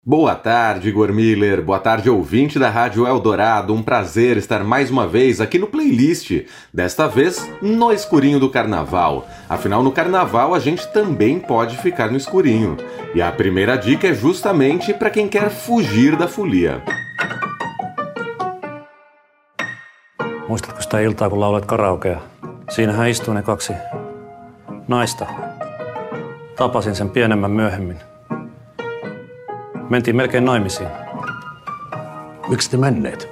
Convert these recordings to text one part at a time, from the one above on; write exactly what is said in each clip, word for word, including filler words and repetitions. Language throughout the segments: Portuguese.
Boa tarde, Igor Miller. Boa tarde, ouvinte da Rádio Eldorado. Um prazer estar mais uma vez aqui no Playlist. Desta vez, no escurinho do Carnaval. Afinal, no Carnaval a gente também pode ficar no escurinho. E a primeira dica é justamente para quem quer fugir da folia. Muistatko sitä iltaa, kun laulat karaokea? Siinähän istuu ne kaksi naista. Tapasin sen pienemmän myöhemmin. Mentiin melkein naimisiin. Miksi te menneet?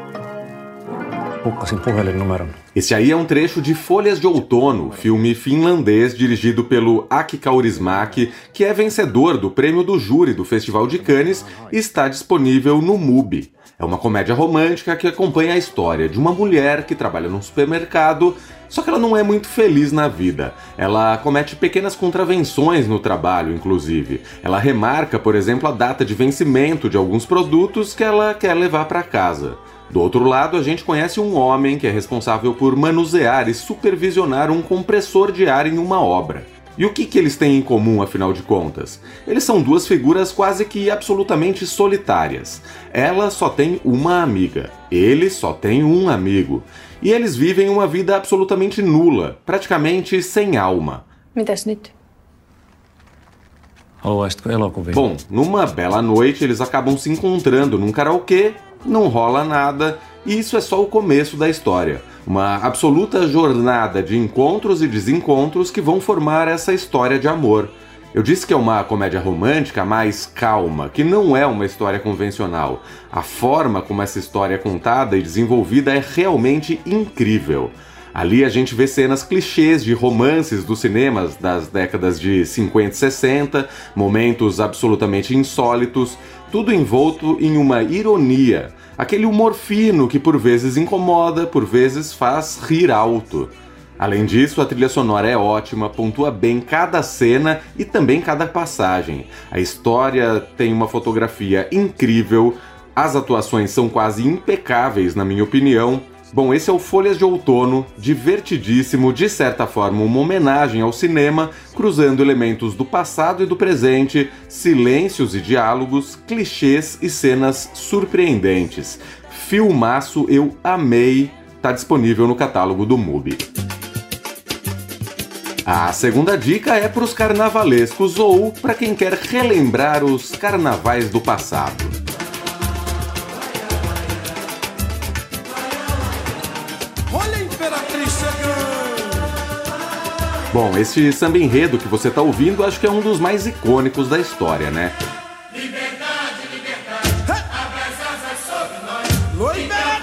Hukkasin puhelinnumeron. Esse aí é um trecho de Folhas de Outono, filme finlandês dirigido pelo Aki Kaurismäki, que é vencedor do prêmio do júri do Festival de Cannes e está disponível no MUBI. É uma comédia romântica que acompanha a história de uma mulher que trabalha num supermercado, só que ela não é muito feliz na vida. Ela comete pequenas contravenções no trabalho, inclusive. Ela remarca, por exemplo, a data de vencimento de alguns produtos que ela quer levar para casa. Do outro lado, a gente conhece um homem que é responsável por manusear e supervisionar um compressor de ar em uma obra. E o que, que eles têm em comum, afinal de contas? Eles são duas figuras quase que absolutamente solitárias. Ela só tem uma amiga, ele só tem um amigo. E eles vivem uma vida absolutamente nula, praticamente sem alma. Mitäs nyt? Haluaisitko elokuvia? Bom, numa bela noite eles acabam se encontrando num karaokê, não rola nada, e isso é só o começo da história. Uma absoluta jornada de encontros e desencontros que vão formar essa história de amor. Eu disse que é uma comédia romântica mais calma, que não é uma história convencional. A forma como essa história é contada e desenvolvida é realmente incrível. Ali a gente vê cenas clichês de romances dos cinemas das décadas de cinquenta e sessenta, momentos absolutamente insólitos, tudo envolto em uma ironia, aquele humor fino que por vezes incomoda, por vezes faz rir alto. Além disso, a trilha sonora é ótima, pontua bem cada cena e também cada passagem. A história tem uma fotografia incrível, as atuações são quase impecáveis, na minha opinião. Bom, esse é o Folhas de Outono, divertidíssimo, de certa forma uma homenagem ao cinema, cruzando elementos do passado e do presente, silêncios e diálogos, clichês e cenas surpreendentes. Filmaço, eu amei, tá disponível no catálogo do MUBI. A segunda dica é para os carnavalescos ou para quem quer relembrar os carnavais do passado. Olha a Imperatriz chegando! Bom, esse samba enredo que você está ouvindo acho que é um dos mais icônicos da história, né? Liberdade, liberdade, abre as asas sobre nós. Oi,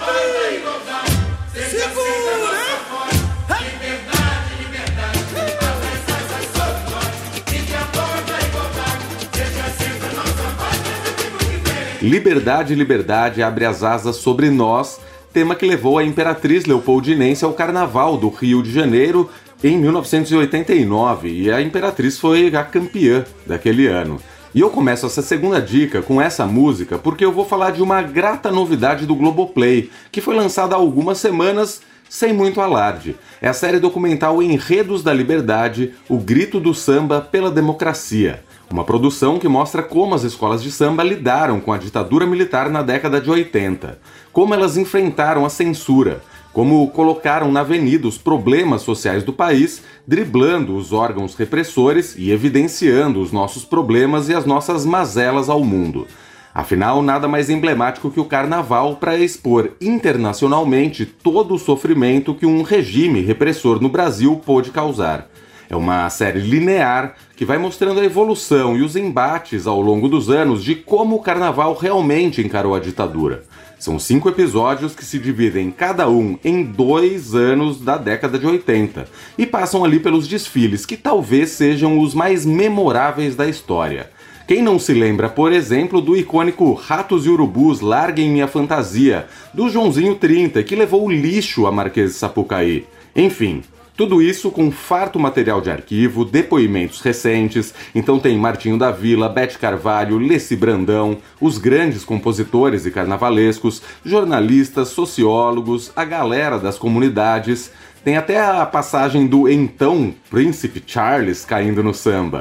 Imperatriz! Segura, hein? Liberdade, liberdade, abre as asas sobre nós. E que a porta da igualdade seja sempre a nossa paz, mas o tempo que vem. Liberdade, liberdade, abre as asas sobre nós, tema que levou a Imperatriz Leopoldinense ao Carnaval do Rio de Janeiro em mil novecentos e oitenta e nove, e a Imperatriz foi a campeã daquele ano. E eu começo essa segunda dica com essa música porque eu vou falar de uma grata novidade do Globoplay, que foi lançada há algumas semanas sem muito alarde. É a série documental Enredos da Liberdade, o grito do samba pela democracia. Uma produção que mostra como as escolas de samba lidaram com a ditadura militar na década de oitenta, como elas enfrentaram a censura, como colocaram na avenida os problemas sociais do país, driblando os órgãos repressores e evidenciando os nossos problemas e as nossas mazelas ao mundo. Afinal, nada mais emblemático que o Carnaval para expor internacionalmente todo o sofrimento que um regime repressor no Brasil pôde causar. É uma série linear que vai mostrando a evolução e os embates ao longo dos anos de como o Carnaval realmente encarou a ditadura. São cinco episódios que se dividem cada um em dois anos da década de oitenta e passam ali pelos desfiles que talvez sejam os mais memoráveis da história. Quem não se lembra, por exemplo, do icônico Ratos e Urubus Larguem Minha Fantasia, do Joãozinho trinta, que levou o lixo a Marquês de Sapucaí. Enfim, tudo isso com farto material de arquivo, depoimentos recentes, então tem Martinho da Vila, Bete Carvalho, Leci Brandão, os grandes compositores e carnavalescos, jornalistas, sociólogos, a galera das comunidades, tem até a passagem do então Príncipe Charles caindo no samba.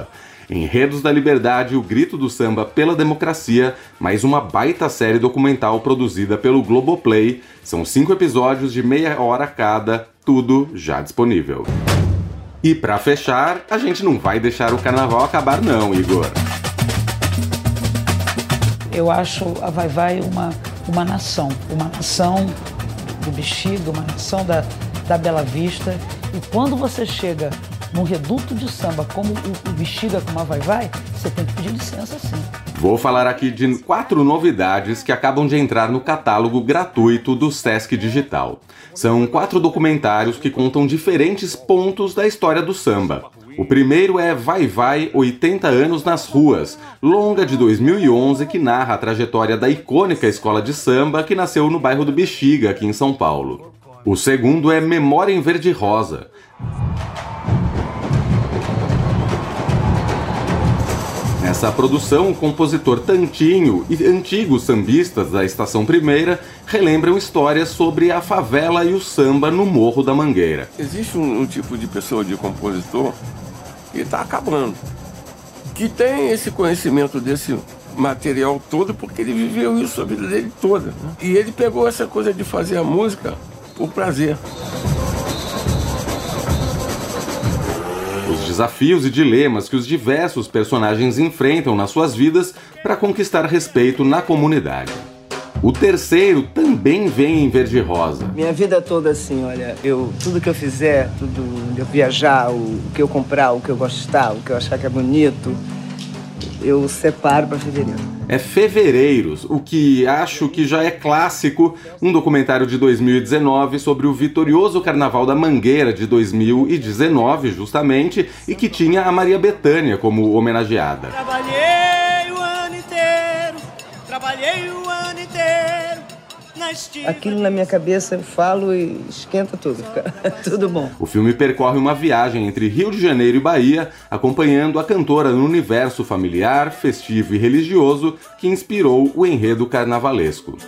Enredos da Liberdade, o grito do samba pela democracia, mais uma baita série documental produzida pelo Globoplay. São cinco episódios de meia hora cada, tudo já disponível. E pra fechar, a gente não vai deixar o carnaval acabar não, Igor. Eu acho a Vai Vai uma, uma nação, uma nação do Bexiga, uma nação da, da Bela Vista. E quando você chega num reduto de samba como o, o Bexiga, como a Vai Vai, você tem que pedir licença sim. Vou falar aqui de quatro novidades que acabam de entrar no catálogo gratuito do Sesc Digital. São quatro documentários que contam diferentes pontos da história do samba. O primeiro é Vai Vai, oitenta anos nas ruas, longa de dois mil e onze que narra a trajetória da icônica escola de samba que nasceu no bairro do Bexiga, aqui em São Paulo. O segundo é Memória em Verde e Rosa. Nessa produção, o compositor Tantinho e antigos sambistas da Estação Primeira relembram histórias sobre a favela e o samba no Morro da Mangueira. Existe um, um tipo de pessoa, de compositor, que está acabando, que tem esse conhecimento desse material todo porque ele viveu isso a vida dele toda. Né? E ele pegou essa coisa de fazer a música por prazer. Os desafios e dilemas que os diversos personagens enfrentam nas suas vidas para conquistar respeito na comunidade. O terceiro também vem em verde e rosa. Minha vida toda assim, olha, eu, tudo que eu fizer, tudo eu viajar, o, o que eu comprar, o que eu gostar, o que eu achar que é bonito, eu separo para fevereiro. É Fevereiros, o que acho que já é clássico, um documentário de dois mil e dezenove sobre o vitorioso Carnaval da Mangueira de dois mil e dezenove, justamente, e que tinha a Maria Bethânia como homenageada. Trabalhei o ano inteiro, trabalhei o ano inteiro na estiva. Aquilo na minha cabeça eu falo e esquenta tudo, fica tudo bom. O filme percorre uma viagem entre Rio de Janeiro e Bahia, acompanhando a cantora no universo familiar, festivo e religioso que inspirou o enredo carnavalesco.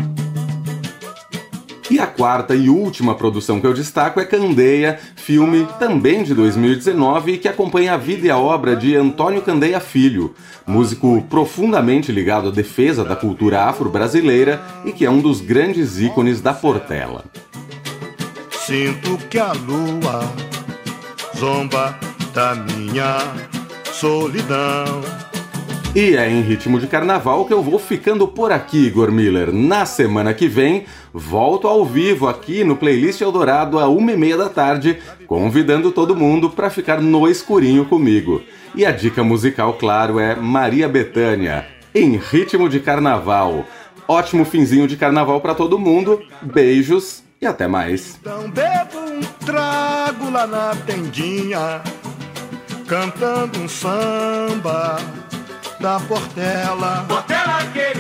E a quarta e última produção que eu destaco é Candeia, filme também de dois mil e dezenove que acompanha a vida e a obra de Antônio Candeia Filho, músico profundamente ligado à defesa da cultura afro-brasileira e que é um dos grandes ícones da Portela. Sinto que a lua zomba da minha solidão. E é em ritmo de carnaval que eu vou ficando por aqui, Igor Miller. Na semana que vem, volto ao vivo aqui no Playlist Eldorado a uma e meia da tarde, convidando todo mundo para ficar no escurinho comigo. E a dica musical, claro, é Maria Bethânia, em ritmo de carnaval. Ótimo finzinho de carnaval para todo mundo, beijos e até mais. Então bebo um trago lá na tendinha, cantando um samba da Portela. Portela querida.